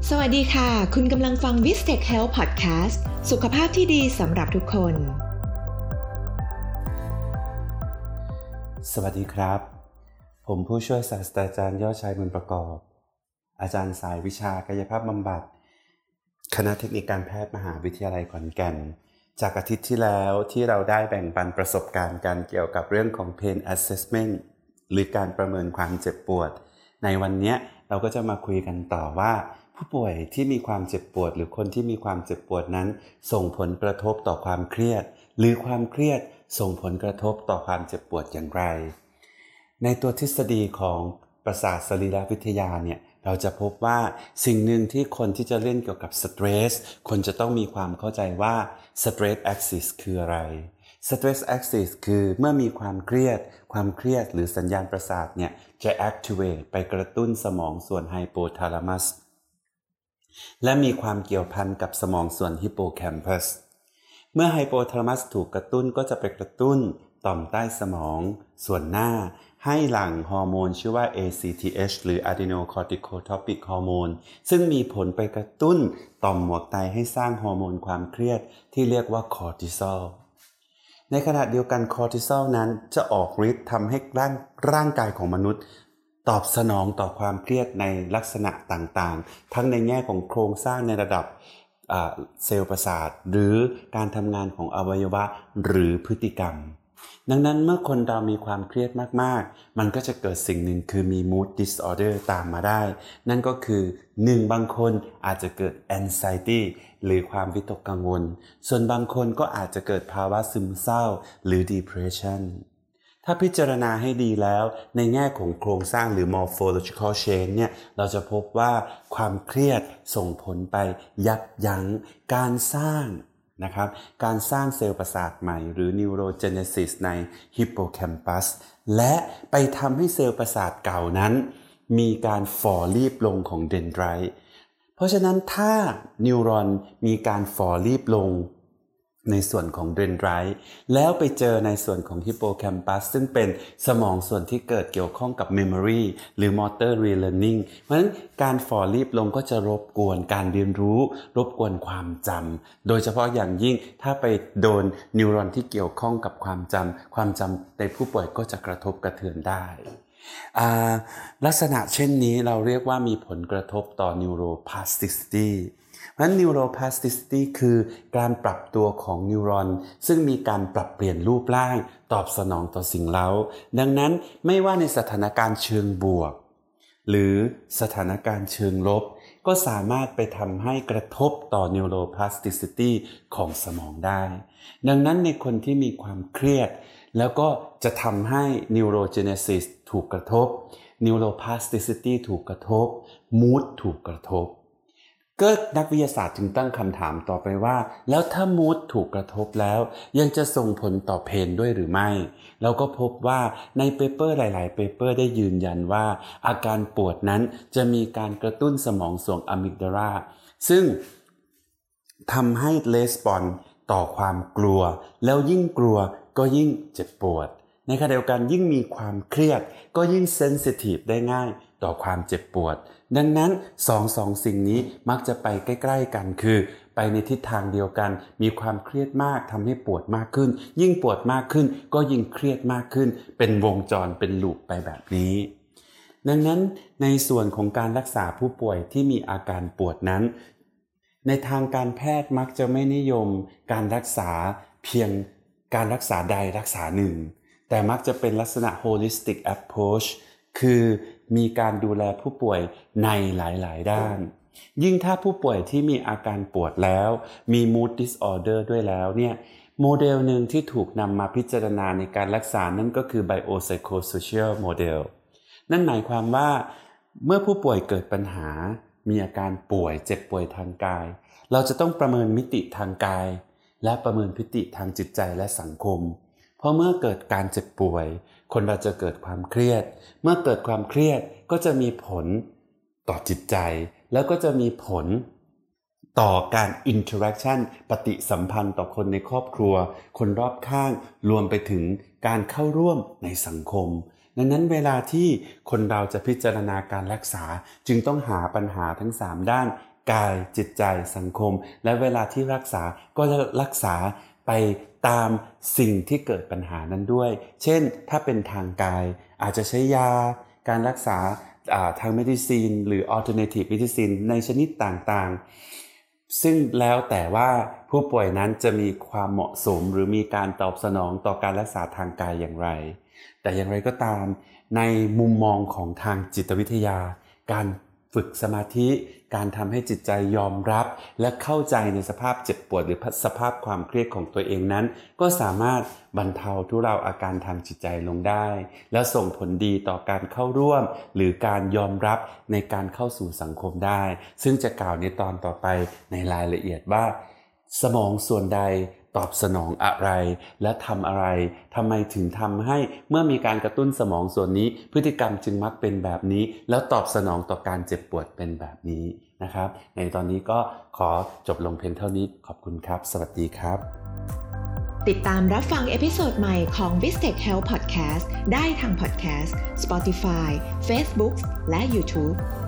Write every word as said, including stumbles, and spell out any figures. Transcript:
สวัสดีค่ะคุณกำลังฟัง Vistech Health Podcast สุขภาพที่ดีสำหรับทุกคนสวัสดีครับผมผู้ช่วยศาสตราจารย์ยอดชัยบุญประกอบอาจารย์สายวิชากายภาพบำบัดคณะเทคนิคการแพทย์มหาวิทยาลัยขอนแก่นจากอาทิตย์ที่แล้วที่เราได้แบ่งปันประสบการณ์กันเกี่ยวกับเรื่องของ Pain Assessment หรือการประเมินความเจ็บปวดในวันนี้เราก็จะมาคุยกันต่อว่าผู้ป่วยที่มีความเจ็บปวดหรือคนที่มีความเจ็บปวดนั้นส่งผลกระทบต่อความเครียดหรือความเครียดส่งผลกระทบต่อความเจ็บปวดอย่างไรในตัวทฤษฎีของประสาทสรีรวิทยาเนี่ยเราจะพบว่าสิ่งหนึ่งที่คนที่จะเล่นเกี่ยวกับสเตรสคนจะต้องมีความเข้าใจว่า stress axis คืออะไร stress axis คือเมื่อมีความเครียดความเครียดหรือสัญญาณประสาทเนี่ยจะ activate ไปกระตุ้นสมองส่วน hypothalamus และมีความเกี่ยวพันกับสมองส่วน hippocampus เมื่อ hypothalamus ถูกกระตุ้นก็จะไปกระตุ้นต่อมใต้สมองส่วนหน้าให้หลั่งฮอร์โมนชื่อว่า เอ ซี ที เอช หรือ adrenocorticotropic hormone ซึ่งมีผลไปกระตุ้นต่อมหมวกไตให้สร้างฮอร์โมนความเครียดที่เรียกว่าคอร์ติซอลในขณะเดียวกันคอร์ติซอลนั้นจะออกฤทธิ์ทำให้ร่างร่างกายของมนุษย์ตอบสนองต่อความเครียดในลักษณะต่างๆทั้งในแง่ของโครงสร้างในระดับเซลล์ประสาทหรือการทำงานของอวัยวะหรือพฤติกรรมดังนั้นเมื่อคนเรามีความเครียดมากๆมันก็จะเกิดสิ่งหนึ่งคือมี mood disorder ตามมาได้นั่นก็คือหนึ่งบางคนอาจจะเกิด anxiety หรือความวิตกกังวลส่วนบางคนก็อาจจะเกิดภาวะซึมเศร้าหรือ depression ถ้าพิจารณาให้ดีแล้วในแง่ของโครงสร้างหรือ morphological change เนี่ยเราจะพบว่าความเครียดส่งผลไปยับยั้งการสร้างนะครับการสร้างเซลล์ประสาทใหม่หรือ neurogenesis ใน hippocampus และไปทำให้เซลล์ประสาทเก่านั้นมีการฝ่อรีบลงของเดนไดรต์เพราะฉะนั้นถ้านิวรอนมีการฝ่อรีบลงในส่วนของเดนไดรต์แล้วไปเจอในส่วนของฮิปโปแคมปัสซึ่งเป็นสมองส่วนที่เกิดเกี่ยวข้องกับ memory หรือ motor relearning เพราะฉะนั้นการฝ่อรีบลงก็จะรบกวนการเรียนรู้รบกวนความจำโดยเฉพาะอย่างยิ่งถ้าไปโดนนิวรอนที่เกี่ยวข้องกับความจำความจำในผู้ป่วยก็จะกระทบกระเทือนได้ลักษณะเช่นนี้เราเรียกว่ามีผลกระทบต่อ neuroplasticityเพราะฉะนั้น neuroplasticity คือการปรับตัวของนิวรอนซึ่งมีการปรับเปลี่ยนรูปร่างตอบสนองต่อสิ่งเร้าดังนั้นไม่ว่าในสถานการณ์เชิงบวกหรือสถานการณ์เชิงลบก็สามารถไปทำให้กระทบต่อ neuroplasticity ของสมองได้ดังนั้นในคนที่มีความเครียดแล้วก็จะทำให้ neurogenesis ถูกกระทบ neuroplasticity ถูกกระทบ mood ถูกกระทบก็นักวิทยาศาสตร์จึงตั้งคำถามต่อไปว่าแล้วถ้ามูดถูกกระทบแล้วยังจะส่งผลต่อเพนด้วยหรือไม่เราก็พบว่าในเปเปอร์หลายๆเปเปอร์ได้ยืนยันว่าอาการปวดนั้นจะมีการกระตุ้นสมองส่วนอะมิกดาลาซึ่งทำให้レスปอนส์ต่อความกลัวแล้วยิ่งกลัวก็ยิ่งเจ็บปวดในขณะเดียวกันยิ่งมีความเครียดก็ยิ่งเซนซิทีฟได้ง่ายต่อความเจ็บปวดดังนั้นสองสองสิ่งนี้มักจะไปใกล้ๆกันคือไปในทิศทางเดียวกันมีความเครียดมากทำให้ปวดมากขึ้นยิ่งปวดมากขึ้นก็ยิ่งเครียดมากขึ้นเป็นวงจรเป็นลูปไปแบบนี้ดังนั้นในส่วนของการรักษาผู้ป่วยที่มีอาการปวดนั้นในทางการแพทย์มักจะไม่นิยมการรักษาเพียงการรักษาใดรักษาหนึ่งแต่มักจะเป็นลักษณะ holistic approach คือมีการดูแลผู้ป่วยในหลายๆด้านยิ่งถ้าผู้ป่วยที่มีอาการปวดแล้วมี mood disorder ด้วยแล้วเนี่ยโมเดลหนึ่งที่ถูกนำมาพิจารณาในการรักษานั่นก็คือ biopsychosocial model นั่นหมายความว่าเมื่อผู้ป่วยเกิดปัญหามีอาการป่วยเจ็บป่วยทางกายเราจะต้องประเมินมิติทางกายและประเมินมิติทางจิตใจและสังคมเพราะเมื่อเกิดการเจ็บป่วยคนเราจะเกิดความเครียดเมื่อเกิดความเครียดก็จะมีผลต่อจิตใจแล้วก็จะมีผลต่อการ interaction ปฏิสัมพันธ์ต่อคนในครอบครัวคนรอบข้างรวมไปถึงการเข้าร่วมในสังคม ดังนั้นเวลาที่คนเราจะพิจารณาการรักษาจึงต้องหาปัญหาทั้งสามด้านกายจิตใจสังคมและเวลาที่รักษาก็จะรักษาไปตามสิ่งที่เกิดปัญหานั้นด้วยเช่นถ้าเป็นทางกายอาจจะใช้ยาการรักษาทาง medicine หรือ alternative medicine ในชนิดต่างๆซึ่งแล้วแต่ว่าผู้ป่วยนั้นจะมีความเหมาะสมหรือมีการตอบสนองต่อการรักษาทางกายอย่างไรแต่อย่างไรก็ตามในมุมมองของทางจิตวิทยาการฝึกสมาธิการทำให้จิตใจยอมรับและเข้าใจในสภาพเจ็บปวดหรือสภาพความเครียดของตัวเองนั้นก็สามารถบรรเทาทุเลาอาการทางจิตใจลงได้และส่งผลดีต่อการเข้าร่วมหรือการยอมรับในการเข้าสู่สังคมได้ซึ่งจะกล่าวในตอนต่อไปในรายละเอียดว่าสมองส่วนใดตอบสนองอะไรและทำอะไรทำไมถึงทำให้เมื่อมีการกระตุ้นสมองส่วนนี้พฤติกรรมจึงมักเป็นแบบนี้แล้วตอบสนองต่อการเจ็บปวดเป็นแบบนี้นะครับในตอนนี้ก็ขอจบลงเพียงเท่านี้ขอบคุณครับสวัสดีครับติดตามรับฟังเอพิโซดใหม่ของ Vistech Health Podcast ได้ทาง Podcast Spotify Facebook และ YouTube